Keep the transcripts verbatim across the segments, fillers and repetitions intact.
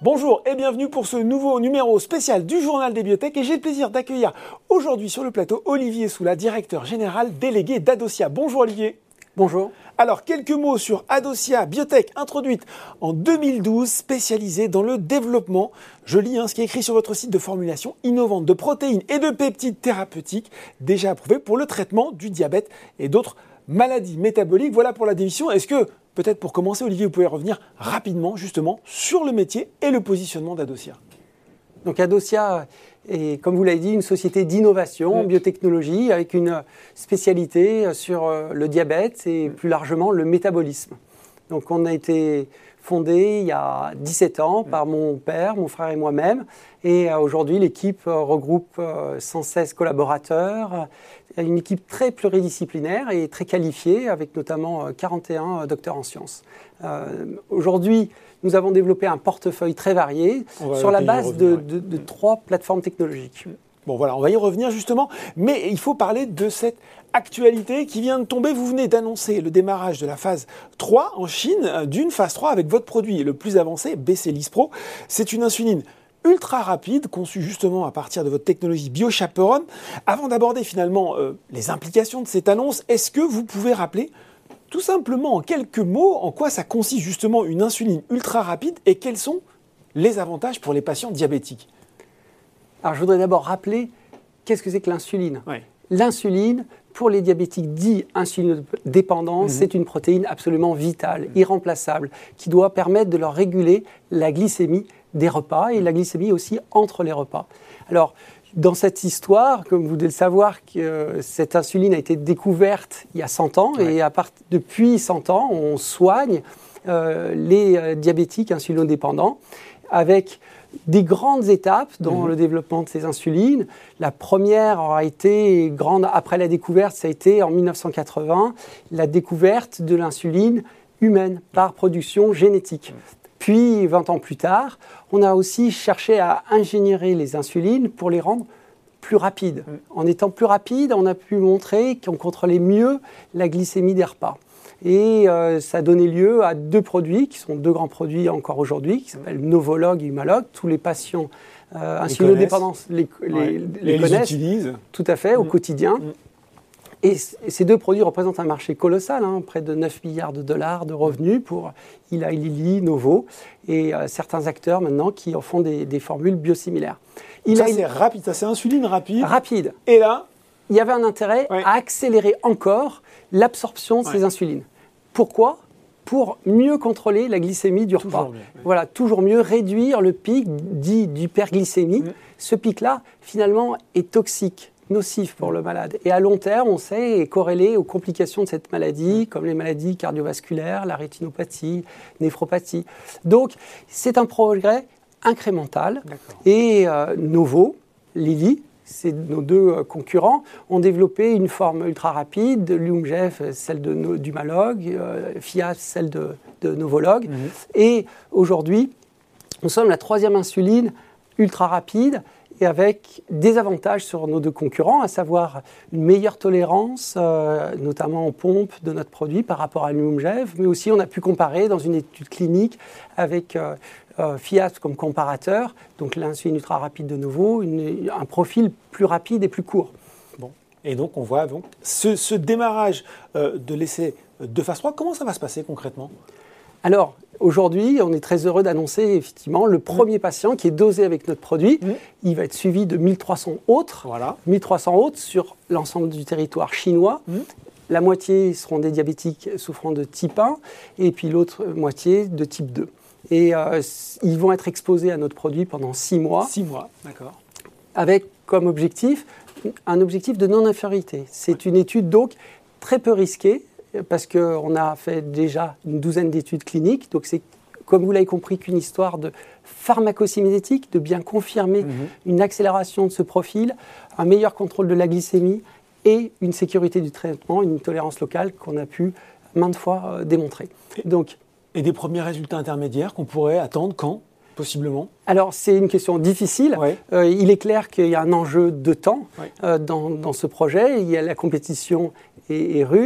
Bonjour et bienvenue pour ce nouveau numéro spécial du Journal des Biotech et j'ai le plaisir d'accueillir aujourd'hui sur le plateau Olivier Soula, directeur général délégué d'Adocia. Bonjour Olivier. Bonjour. Alors quelques mots sur Adocia Biotech, introduite en deux mille douze, spécialisée dans le développement, je lis hein, ce qui est écrit sur votre site, de formulation innovante de protéines et de peptides thérapeutiques déjà approuvées pour le traitement du diabète et d'autres maladies métaboliques. Voilà pour la définition. Est-ce que, peut-être pour commencer, Olivier, vous pouvez revenir rapidement justement sur le métier et le positionnement d'Adocia? Donc Adocia est, comme vous l'avez dit, une société d'innovation en biotechnologie avec une spécialité sur le diabète et plus largement le métabolisme. Donc on a été fondé il y a dix-sept ans par mon père, mon frère et moi-même. Et aujourd'hui, l'équipe regroupe cent seize collaborateurs, une équipe très pluridisciplinaire et très qualifiée, avec notamment quarante et un docteurs en sciences. Euh, aujourd'hui, nous avons développé un portefeuille très varié sur la base de, de, de trois plateformes technologiques. Bon voilà, on va y revenir justement, mais il faut parler de cette actualité qui vient de tomber. Vous venez d'annoncer le démarrage de la phase trois en Chine, d'une phase trois avec votre produit le plus avancé, B C Lispro. C'est une insuline ultra rapide, conçue justement à partir de votre technologie BioChaperone. Avant d'aborder finalement euh, les implications de cette annonce, est-ce que vous pouvez rappeler tout simplement en quelques mots en quoi ça consiste justement une insuline ultra rapide et quels sont les avantages pour les patients diabétiques? Alors je voudrais d'abord rappeler qu'est-ce que c'est que l'insuline. Ouais. L'insuline, pour les diabétiques dits insulinodépendants, mmh. c'est une protéine absolument vitale, mmh. irremplaçable, qui doit permettre de leur réguler la glycémie des repas et la glycémie aussi entre les repas. Alors, dans cette histoire, comme vous devez le savoir, que euh, cette insuline a été découverte il y a cent ans ouais. et à part, depuis cent ans, on soigne euh, les euh, diabétiques insulinodépendants avec des grandes étapes dans mmh. le développement de ces insulines. La première aura été grande après la découverte, ça a été en mille neuf cent quatre-vingts, la découverte de l'insuline humaine par production génétique. Mmh. Puis, vingt ans plus tard, on a aussi cherché à ingénierer les insulines pour les rendre plus rapides. Mmh. En étant plus rapides, on a pu montrer qu'on contrôlait mieux la glycémie des repas. Et euh, ça a donné lieu à deux produits, qui sont deux grands produits encore aujourd'hui, qui s'appellent Novolog et Humalog. Tous les patients euh, insulinodépendants les, les, ouais. les, les, les connaissent. Les utilisent. Tout à fait, mmh. au quotidien. Mmh. Et, c- et ces deux produits représentent un marché colossal, hein, près de neuf milliards de dollars de revenus pour Eli Lilly, Novo, et euh, certains acteurs maintenant qui en font des, des formules biosimilaires. Eli ça, c'est rapide, ça, c'est insuline rapide. Rapide. Et là, il y avait un intérêt ouais. à accélérer encore l'absorption de ouais. ces insulines. Pourquoi ? Pour mieux contrôler la glycémie du repas. Mieux, ouais. Voilà, toujours mieux réduire le pic dit d'hyperglycémie. Mmh. Ce pic-là, finalement, est toxique, nocif pour le malade. Et à long terme, on sait, est corrélé aux complications de cette maladie, mmh. comme les maladies cardiovasculaires, la rétinopathie, néphropathie. Donc, c'est un progrès incrémental. D'accord. Et euh, Novo, Lilly, c'est nos deux concurrents, ont développé une forme ultra rapide, Lyumjev, celle de no, d'Humalog, euh, Fiasp, celle de, de Novolog. Mmh. Et aujourd'hui, nous sommes la troisième insuline ultra rapide et avec des avantages sur nos deux concurrents, à savoir une meilleure tolérance, euh, notamment en pompe de notre produit par rapport à Lyumjev, mais aussi on a pu comparer dans une étude clinique avec euh, euh, Fiasp comme comparateur, donc l'insuline ultra rapide de Novo, une, un profil plus rapide et plus court. Bon. Et donc on voit donc ce, ce démarrage euh, de l'essai de phase trois, comment ça va se passer concrètement ? Alors, aujourd'hui, on est très heureux d'annoncer effectivement le premier mmh. patient qui est dosé avec notre produit. Mmh. Il va être suivi de mille trois cents autres, voilà. mille trois cents autres sur l'ensemble du territoire chinois. Mmh. La moitié seront des diabétiques souffrant de type un et puis l'autre moitié de type deux. Et euh, ils vont être exposés à notre produit pendant six mois. Six mois, d'accord. Avec comme objectif un objectif de non-infériorité. C'est ouais. une étude donc très peu risquée, parce qu'on a fait déjà une douzaine d'études cliniques. Donc c'est, comme vous l'avez compris, qu'une histoire de pharmacocinétique, de bien confirmer mmh. une accélération de ce profil, un meilleur contrôle de la glycémie et une sécurité du traitement, une tolérance locale qu'on a pu maintes fois euh, démontrer. Et, Donc, et des premiers résultats intermédiaires qu'on pourrait attendre quand ? Possiblement. Alors, c'est une question difficile. Ouais. Euh, il est clair qu'il y a un enjeu de temps ouais. euh, dans, dans ce projet. Il y a la compétition est, est rude.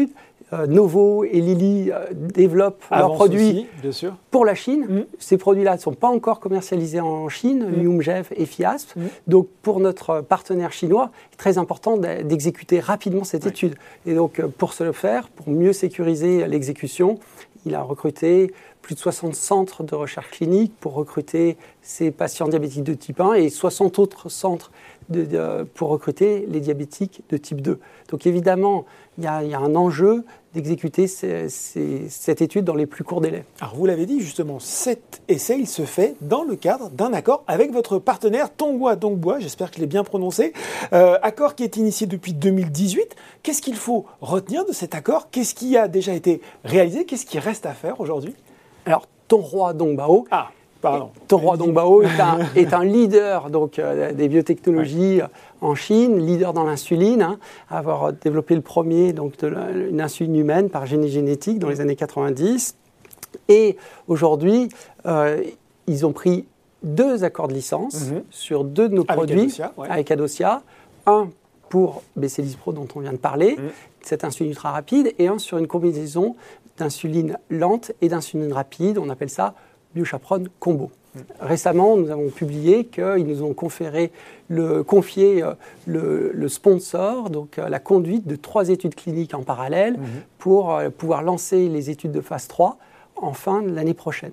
euh, Novo et Lilly euh, développent Avance leurs produits aussi, bien sûr. pour la Chine. Mmh. Ces produits-là ne sont pas encore commercialisés en Chine, mmh. Lyumjev et Fiasp. Mmh. Donc, pour notre partenaire chinois, il est très important d'exécuter rapidement cette ouais. étude. Et donc, pour ce faire, pour mieux sécuriser l'exécution, il a recruté plus de soixante centres de recherche clinique pour recruter ces patients diabétiques de type un et soixante autres centres de, de, pour recruter les diabétiques de type deux. Donc évidemment, il y a, il y a un enjeu d'exécuter ces, ces, cette étude dans les plus courts délais. Alors vous l'avez dit justement, cet essai, il se fait dans le cadre d'un accord avec votre partenaire Tonghua Dongbua, j'espère que je l'ai bien prononcé, euh, accord qui est initié depuis deux mille dix-huit. Qu'est-ce qu'il faut retenir de cet accord? Qu'est-ce qui a déjà été réalisé? Qu'est-ce qui reste à faire aujourd'hui? Alors, Tonghua Dongbao, ah, pardon. Tonghua Dongbao est, un, est un leader donc, euh, des biotechnologies ouais. en Chine, leader dans l'insuline, hein, avoir développé le premier, donc de la, une insuline humaine par génie génétique dans les années quatre-vingt-dix. Et aujourd'hui, euh, ils ont pris deux accords de licence mm-hmm. sur deux de nos avec produits Adocia, ouais. avec Adocia. Un pour B C Lispro dont on vient de parler, mm. cette insuline ultra rapide, et un sur une combinaison d'insuline lente et d'insuline rapide. On appelle ça Biochaperone Combo. Mmh. Récemment, nous avons publié qu'ils nous ont conféré le, confié le, le sponsor, donc la conduite de trois études cliniques en parallèle mmh. pour pouvoir lancer les études de phase trois en fin de l'année prochaine.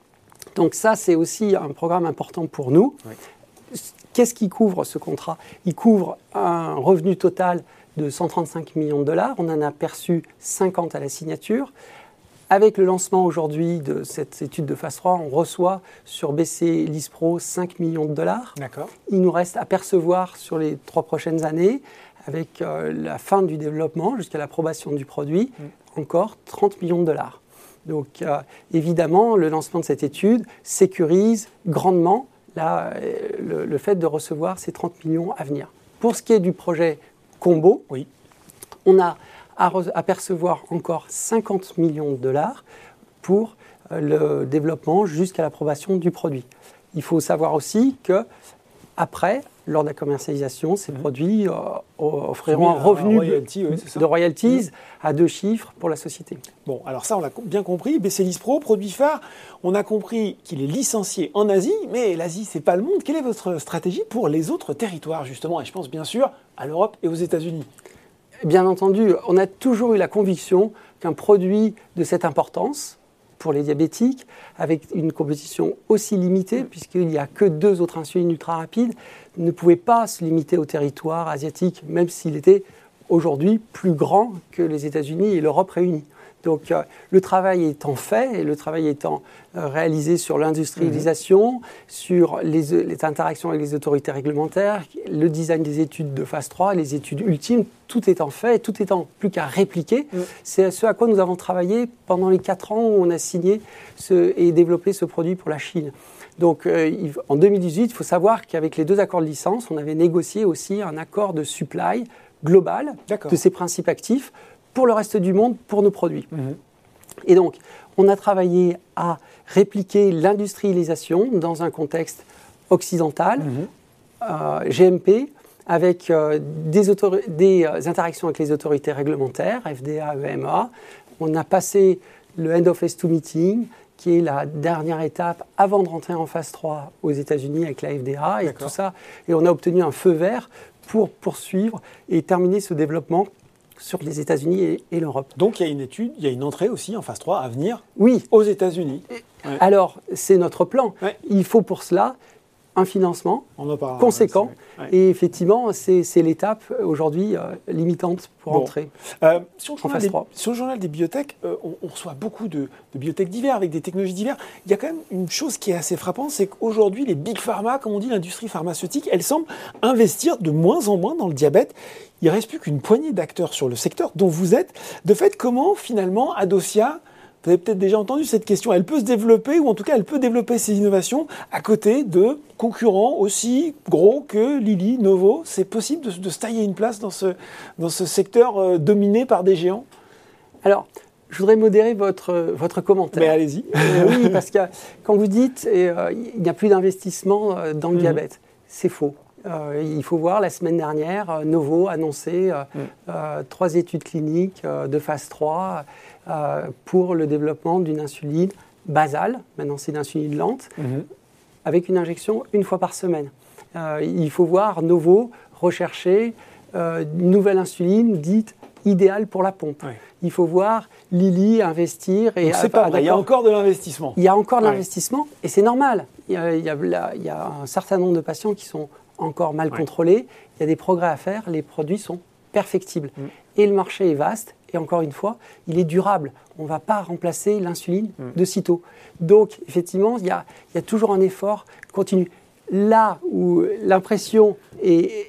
Donc ça, c'est aussi un programme important pour nous. Oui. Qu'est-ce qui couvre ce contrat? Il couvre un revenu total de cent trente-cinq millions de dollars. On en a perçu cinquante à la signature. Avec le lancement aujourd'hui de cette étude de phase trois, on reçoit sur B C Lispro cinq millions de dollars. D'accord. Il nous reste à percevoir sur les trois prochaines années, avec euh, la fin du développement jusqu'à l'approbation du produit, mmh. encore trente millions de dollars. Donc euh, évidemment, le lancement de cette étude sécurise grandement la, le, le fait de recevoir ces trente millions à venir. Pour ce qui est du projet Combo, oui. on a à, re- à percevoir encore cinquante millions de dollars pour euh, le développement jusqu'à l'approbation du produit. Il faut savoir aussi qu'après, lors de la commercialisation, ces mmh. produits euh, offriront un revenu royalty, oui, de royalties mmh. à deux chiffres pour la société. Bon, alors ça, on l'a bien compris. B C Lispro, produit phare, on a compris qu'il est licencié en Asie, mais l'Asie, c'est pas le monde. Quelle est votre stratégie pour les autres territoires, justement? Et je pense bien sûr à l'Europe et aux États-Unis. Bien entendu, on a toujours eu la conviction qu'un produit de cette importance, pour les diabétiques, avec une compétition aussi limitée, puisqu'il n'y a que deux autres insulines ultra rapides, ne pouvait pas se limiter au territoire asiatique, même s'il était aujourd'hui plus grand que les États-Unis et l'Europe réunis. Donc euh, le travail étant fait, et le travail étant euh, réalisé sur l'industrialisation, mmh. sur les, les interactions avec les autorités réglementaires, le design des études de phase trois, les études ultimes, tout étant fait, tout étant plus qu'à répliquer, mmh. c'est ce à quoi nous avons travaillé pendant les quatre ans où on a signé ce, et développé ce produit pour la Chine. Donc euh, en deux mille dix-huit, il faut savoir qu'avec les deux accords de licence, on avait négocié aussi un accord de supply global D'accord. de ces principes actifs pour le reste du monde, pour nos produits. Mmh. Et donc, on a travaillé à répliquer l'industrialisation dans un contexte occidental, mmh. euh, G M P, avec euh, des, autori- des euh, interactions avec les autorités réglementaires, F D A, E M A. On a passé le End of Phase two Meeting, qui est la dernière étape avant de rentrer en phase trois aux États-Unis avec la F D A et D'accord. tout ça. Et on a obtenu un feu vert pour poursuivre et terminer ce développement sur les États-Unis et, et l'Europe. Donc il y a une étude, il y a une entrée aussi en phase trois à venir oui. aux États-Unis. Ouais. Alors, c'est notre plan. Ouais. Il faut pour cela un financement On en parlera, conséquent. Ouais. Et effectivement, c'est, c'est l'étape aujourd'hui euh, limitante pour bon. entrer euh, sur le en phase des, trois. Sur le journal des biotech, euh, on, on reçoit beaucoup de, de biotech divers avec des technologies diverses. Il y a quand même une chose qui est assez frappante, c'est qu'aujourd'hui, les big pharma, comme on dit, l'industrie pharmaceutique, elle semble investir de moins en moins dans le diabète. Il ne reste plus qu'une poignée d'acteurs sur le secteur dont vous êtes. De fait, comment finalement Adocia, vous avez peut-être déjà entendu cette question, elle peut se développer, ou en tout cas elle peut développer ses innovations à côté de concurrents aussi gros que Lilly, Novo. C'est possible de, de se tailler une place dans ce, dans ce secteur euh, dominé par des géants? Alors, je voudrais modérer votre, votre commentaire. Mais allez-y. Euh, oui, parce que quand vous dites qu'il euh, n'y a plus d'investissement euh, dans le mmh. diabète, c'est faux. Euh, il faut voir, la semaine dernière, Novo annonçait euh, mm. euh, trois études cliniques euh, de phase trois euh, pour le développement d'une insuline basale, maintenant c'est une insuline lente, mm-hmm. avec une injection une fois par semaine. Euh, il faut voir Novo rechercher euh, une nouvelle insuline dite idéale pour la pompe. Oui. Il faut voir Lilly investir. Et Donc c'est pas vrai, il y a encore de l'investissement. Il y a encore de ouais. l'investissement et c'est normal. Il y, a, il, y a, il y a un certain nombre de patients qui sont encore mal ouais. contrôlés. Il y a des progrès à faire. Les produits sont perfectibles. Mm. Et le marché est vaste. Et encore une fois, il est durable. On ne va pas remplacer l'insuline mm. de sitôt. Donc, effectivement, il y a, il y a toujours un effort continu. Là où l'impression est,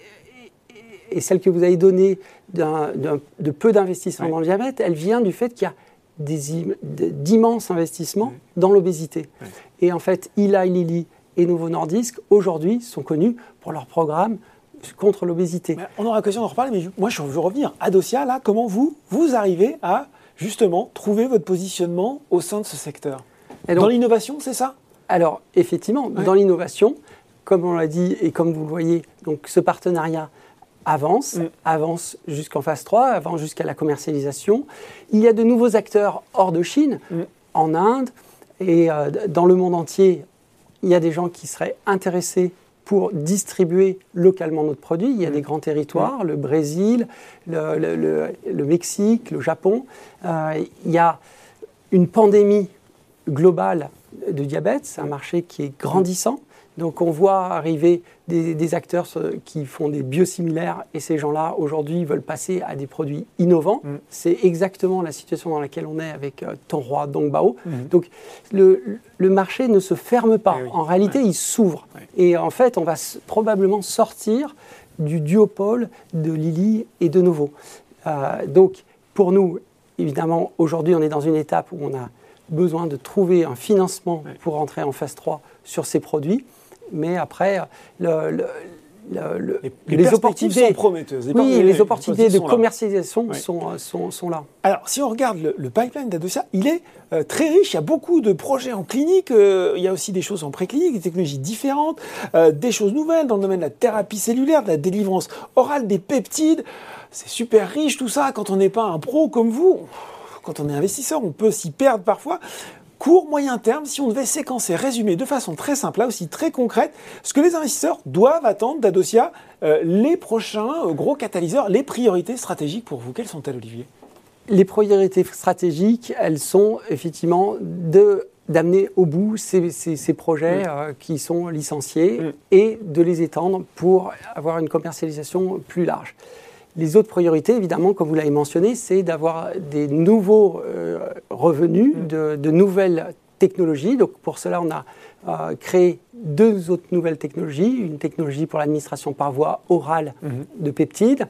est celle que vous avez donnée d'un, d'un, de peu d'investissement oui. dans le diabète, elle vient du fait qu'il y a des, d'immenses investissements oui. dans l'obésité. Oui. Et en fait, Eli Lilly et Novo Nordisk, aujourd'hui, sont connus pour leur programme contre l'obésité. Mais on aura l'occasion d'en reparler, mais moi, je veux revenir. Adocia, là, comment vous, vous arrivez à, justement, trouver votre positionnement au sein de ce secteur ? Donc, dans l'innovation, c'est ça ? Alors, effectivement, oui. dans l'innovation, comme on l'a dit et comme vous le voyez, donc, ce partenariat avance, mm. avance jusqu'en phase trois, avance jusqu'à la commercialisation. Il y a de nouveaux acteurs hors de Chine, mm. en Inde et euh, dans le monde entier. Il y a des gens qui seraient intéressés pour distribuer localement notre produit. Il y a mmh. des grands territoires, mmh. le Brésil, le, le, le, le Mexique, le Japon. Euh, il y a une pandémie globale de diabète, c'est un marché qui est grandissant. Donc on voit arriver des, des acteurs qui font des biosimilaires et ces gens-là, aujourd'hui, veulent passer à des produits innovants. Mmh. C'est exactement la situation dans laquelle on est avec euh, Tonghua, Dongbao. Mmh. Donc le, le marché ne se ferme pas. Eh oui. En réalité, ouais. il s'ouvre. Ouais. Et en fait, on va s- probablement sortir du duopole de Lilly et de Novo. Euh, donc pour nous, évidemment, aujourd'hui, on est dans une étape où on a besoin de trouver un financement ouais. pour entrer en phase trois sur ces produits. Mais après, le, le, le, le, les, les, les opportunités sont prometteuses. Les oui, les, les opportunités de commercialisation ouais. sont, sont, sont là. Alors, si on regarde le, le pipeline d'Adocia, il est euh, très riche. Il y a beaucoup de projets en clinique. Euh, il y a aussi des choses en préclinique, des technologies différentes, euh, des choses nouvelles dans le domaine de la thérapie cellulaire, de la délivrance orale, des peptides. C'est super riche tout ça. Quand on n'est pas un pro comme vous, quand on est investisseur, on peut s'y perdre parfois. Court, moyen terme, si on devait séquencer, résumer de façon très simple, là aussi très concrète, ce que les investisseurs doivent attendre d'Adocia, euh, les prochains euh, gros catalyseurs, les priorités stratégiques pour vous, quelles sont-elles, Olivier ? Les priorités stratégiques, elles sont effectivement de, d'amener au bout ces, ces, ces projets mmh. euh, qui sont licenciés mmh. et de les étendre pour avoir une commercialisation plus large. Les autres priorités, évidemment, comme vous l'avez mentionné, c'est d'avoir des nouveaux euh, revenus, de, de nouvelles technologies. Donc pour cela, on a euh, créé deux autres nouvelles technologies. Une technologie pour l'administration par voie orale mmh. de peptides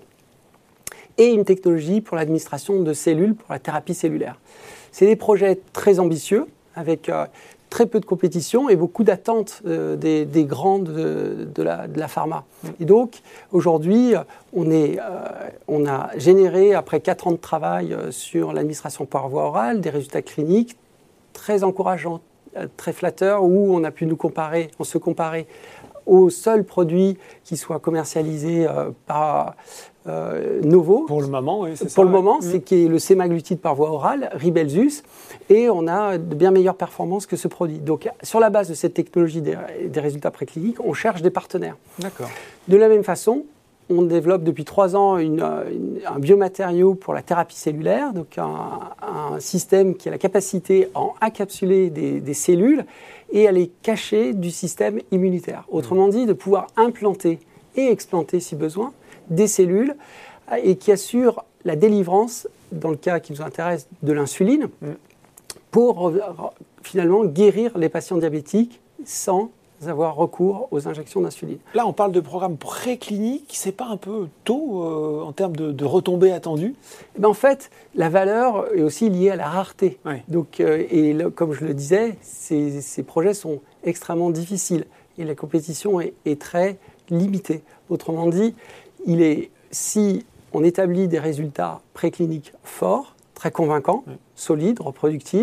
et une technologie pour l'administration de cellules, pour la thérapie cellulaire. C'est des projets très ambitieux, avec euh, très peu de compétition et beaucoup d'attentes euh, des, des grands de, de, la, de la pharma. Et donc, aujourd'hui, on, est, euh, on a généré, après quatre ans de travail euh, sur l'administration par voie orale, des résultats cliniques très encourageants, euh, très flatteurs, où on a pu nous comparer, on se comparer au seul produit qui soit commercialisé euh, par euh, Novo. Pour le moment, oui, c'est Pour ça. le ouais. moment, mmh. c'est qui est le sémaglutide par voie orale, Rybelsus, et on a de bien meilleures performances que ce produit. Donc, sur la base de cette technologie des, des résultats précliniques, on cherche des partenaires. D'accord. De la même façon, on développe depuis trois ans une, une, un biomatériau pour la thérapie cellulaire, donc un, un système qui a la capacité à encapsuler des, des cellules et à les cacher du système immunitaire. Autrement dit, de pouvoir implanter et explanter, si besoin, des cellules et qui assure la délivrance, dans le cas qui nous intéresse, de l'insuline, mmh. pour finalement guérir les patients diabétiques sans avoir recours aux injections d'insuline. Là, on parle de programme préclinique. C'est pas un peu tôt euh, en termes de, de retombées attendues ? Eh ben, en fait, la valeur est aussi liée à la rareté. Oui. Donc, euh, et le, comme je le disais, ces, ces projets sont extrêmement difficiles et la compétition est, est très limitée. Autrement dit, il est, si on établit des résultats précliniques forts, très convaincants, oui. solides, reproductibles,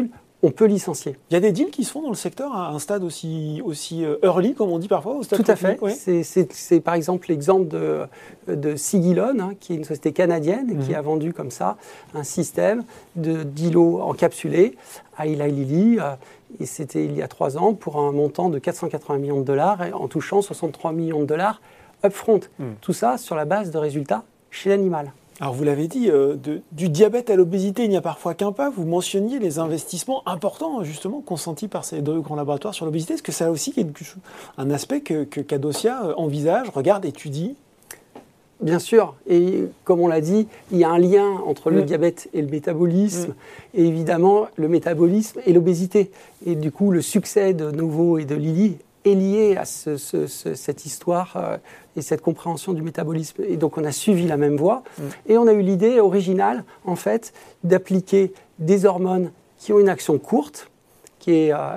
on peut licencier. Il y a des deals qui se font dans le secteur à un stade aussi, aussi early, comme on dit parfois, au stade Tout à fait. Ouais. C'est, c'est, c'est par exemple l'exemple de, de Sigilon, hein, qui est une société canadienne mmh. qui a vendu comme ça un système de, d'îlots encapsulés à Eli Lilly. Euh, et c'était il y a trois ans pour un montant de quatre cent quatre-vingts millions de dollars en touchant soixante-trois millions de dollars upfront. Mmh. Tout ça sur la base de résultats chez l'animal. Alors vous l'avez dit, euh, de, du diabète à l'obésité, il n'y a parfois qu'un pas. Vous mentionniez les investissements importants justement consentis par ces deux grands laboratoires sur l'obésité. Est-ce que ça a aussi quelque chose, un aspect que, que Cadocia envisage, regarde, étudie ? Bien sûr, et comme on l'a dit, il y a un lien entre le mmh. diabète et le métabolisme, mmh. et évidemment le métabolisme et l'obésité. Et du coup, le succès de Novo et de Lilly est lié à ce, ce, ce, cette histoire euh, et cette compréhension du métabolisme. Et donc, on a suivi la même voie. Mmh. Et on a eu l'idée originale, en fait, d'appliquer des hormones qui ont une action courte, qui est euh,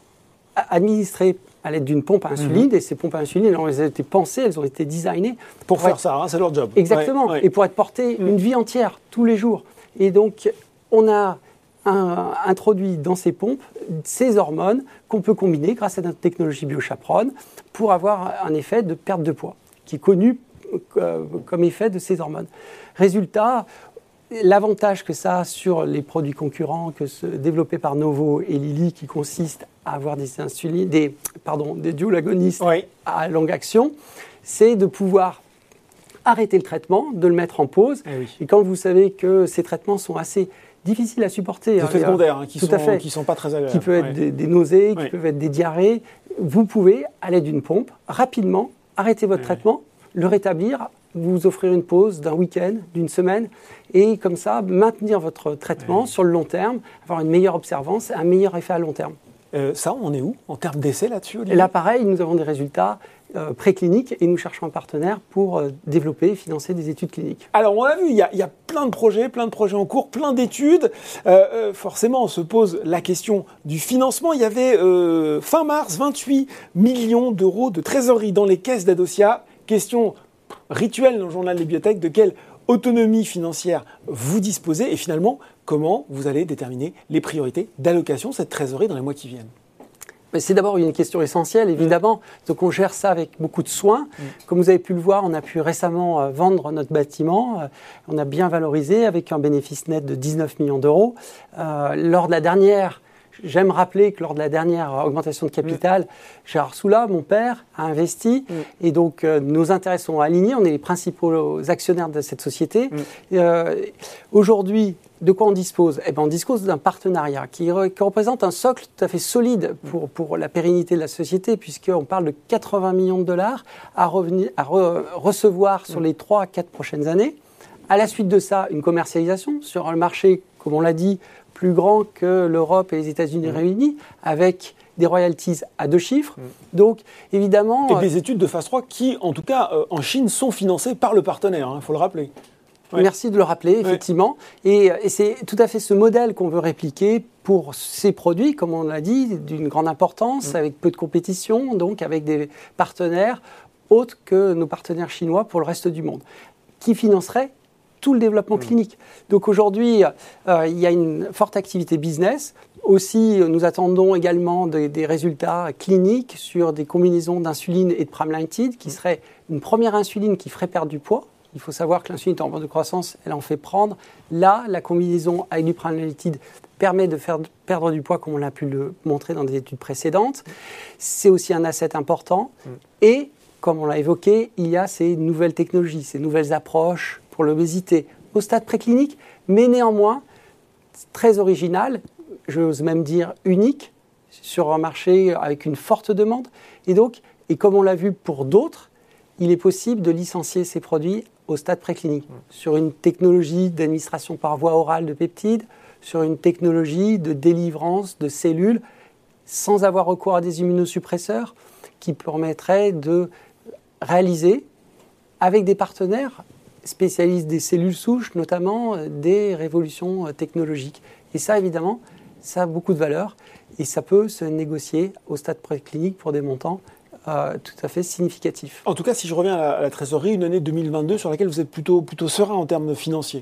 administrée à l'aide d'une pompe à insuline. Mmh. Et ces pompes à insuline, elles ont été pensées, elles ont été designées. Pour, pour faire être... ça, hein, c'est leur job. Exactement. Ouais, ouais. Et pour être portées mmh. une vie entière, tous les jours. Et donc, on a un, introduit dans ces pompes ces hormones qu'on peut combiner grâce à notre technologie BioChaperone pour avoir un effet de perte de poids qui est connu euh, comme effet de ces hormones. Résultat, l'avantage que ça a sur les produits concurrents que ce, développés par Novo et Lilly qui consiste à avoir des insulines, des, pardon, des dual agonistes oui. à longue action, c'est de pouvoir arrêter le traitement, de le mettre en pause. Eh oui. Et quand vous savez que ces traitements sont assez difficiles à supporter. Des effets hein, secondaires hein, qui ne sont, sont pas très agréables. Qui peuvent être ouais. des, des nausées, qui ouais. peuvent être des diarrhées. Vous pouvez, à l'aide d'une pompe, rapidement arrêter votre ouais. traitement, le rétablir, vous offrir une pause d'un week-end, d'une semaine, et comme ça, maintenir votre traitement ouais. sur le long terme, avoir une meilleure observance, un meilleur effet à long terme. Euh, ça, on est où en termes d'essais là-dessus, Olivier ? Là, pareil, nous avons des résultats euh, précliniques et nous cherchons un partenaire pour euh, développer et financer des études cliniques. Alors, on l'a vu, il y, a, il y a plein de projets, plein de projets en cours, plein d'études. Euh, euh, forcément, on se pose la question du financement. Il y avait, euh, fin mars, vingt-huit millions d'euros de trésorerie dans les caisses d'Adocia. Question rituelle dans le journal des biotech, de quelle autonomie financière vous disposez et finalement, comment vous allez déterminer les priorités d'allocation de cette trésorerie dans les mois qui viennent ? C'est d'abord une question essentielle, évidemment. Mmh. Donc, on gère ça avec beaucoup de soin. Mmh. Comme vous avez pu le voir, on a pu récemment euh, vendre notre bâtiment. Euh, on a bien valorisé avec un bénéfice net de dix-neuf millions d'euros. Euh, lors de la dernière... J'aime rappeler que lors de la dernière augmentation de capital, mmh. Gérard Soula, mon père, a investi. Mmh. Et donc, euh, nos intérêts sont alignés. On est les principaux actionnaires de cette société. Mmh. Euh, aujourd'hui, de quoi on dispose ? Eh bien, on dispose d'un partenariat qui, re, qui représente un socle tout à fait solide pour, pour la pérennité de la société, puisqu'on parle de quatre-vingts millions de dollars à, revenir, à re, recevoir sur mmh. les trois à quatre prochaines années. À la suite de ça, une commercialisation sur un marché, comme on l'a dit, plus grand que l'Europe et les États-Unis mmh. réunis, avec des royalties à deux chiffres. Mmh. Donc, évidemment... Et des études de phase trois qui, en tout cas, euh, en Chine, sont financées par le partenaire, il hein, faut le rappeler. Ouais. Merci de le rappeler, effectivement. Ouais. Et, et c'est tout à fait ce modèle qu'on veut répliquer pour ces produits, comme on l'a dit, d'une grande importance, mmh. avec peu de compétition, donc avec des partenaires autres que nos partenaires chinois pour le reste du monde, qui financeraient tout le développement mmh. clinique. Donc aujourd'hui, euh, il y a une forte activité business. Aussi, nous attendons également de, des résultats cliniques sur des combinaisons d'insuline et de pramlintide, qui mmh. serait une première insuline qui ferait perdre du poids. Il faut savoir que l'insuline est en voie de croissance, elle en fait prendre. Là, la combinaison avec du pramlintide permet de faire perdre du poids, comme on l'a pu le montrer dans des études précédentes. C'est aussi un asset important. Mmh. Et, comme on l'a évoqué, il y a ces nouvelles technologies, ces nouvelles approches pour l'obésité au stade préclinique, mais néanmoins très original, j'ose même dire unique, sur un marché avec une forte demande. Et donc, et comme on l'a vu pour d'autres, il est possible de licencier ces produits au stade préclinique, mmh. sur une technologie d'administration par voie orale de peptides, sur une technologie de délivrance de cellules, sans avoir recours à des immunosuppresseurs, qui permettrait de réaliser, avec des partenaires spécialistes des cellules souches, notamment des révolutions technologiques. Et ça, évidemment, ça a beaucoup de valeur et ça peut se négocier au stade préclinique pour des montants euh, tout à fait significatifs. En tout cas, si je reviens à la, à la trésorerie, une année deux mille vingt-deux sur laquelle vous êtes plutôt, plutôt serein en termes financiers.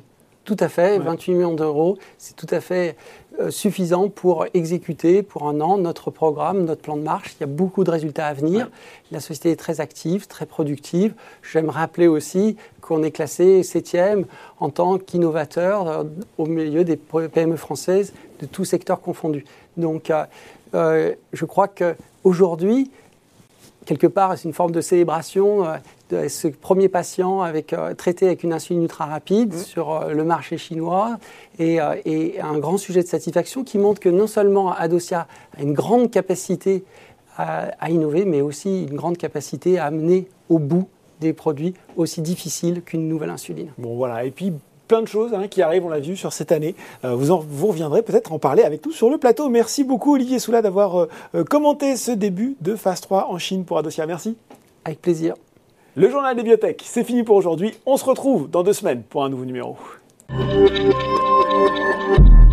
Tout à fait, ouais. vingt-huit millions d'euros, c'est tout à fait euh, suffisant pour exécuter pour un an notre programme, notre plan de marche. Il y a beaucoup de résultats à venir. Ouais. La société est très active, très productive. J'aime rappeler aussi qu'on est classé septième en tant qu'innovateur euh, au milieu des P M E françaises de tous secteurs confondus. Donc, euh, euh, je crois qu'aujourd'hui, quelque part, c'est une forme de célébration euh, de ce premier patient avec, euh, traité avec une insuline ultra rapide mmh. sur euh, le marché chinois et, euh, et un grand sujet de satisfaction qui montre que non seulement Adocia a une grande capacité à, à innover, mais aussi une grande capacité à amener au bout des produits aussi difficiles qu'une nouvelle insuline. Bon voilà, et puis plein de choses hein, qui arrivent, on l'a vu sur cette année. Euh, vous, en, vous reviendrez peut-être en parler avec nous sur le plateau. Merci beaucoup Olivier Soula d'avoir euh, commenté ce début de phase trois en Chine pour Adocia. Merci. Avec plaisir. Le journal des biotech, c'est fini pour aujourd'hui. On se retrouve dans deux semaines pour un nouveau numéro.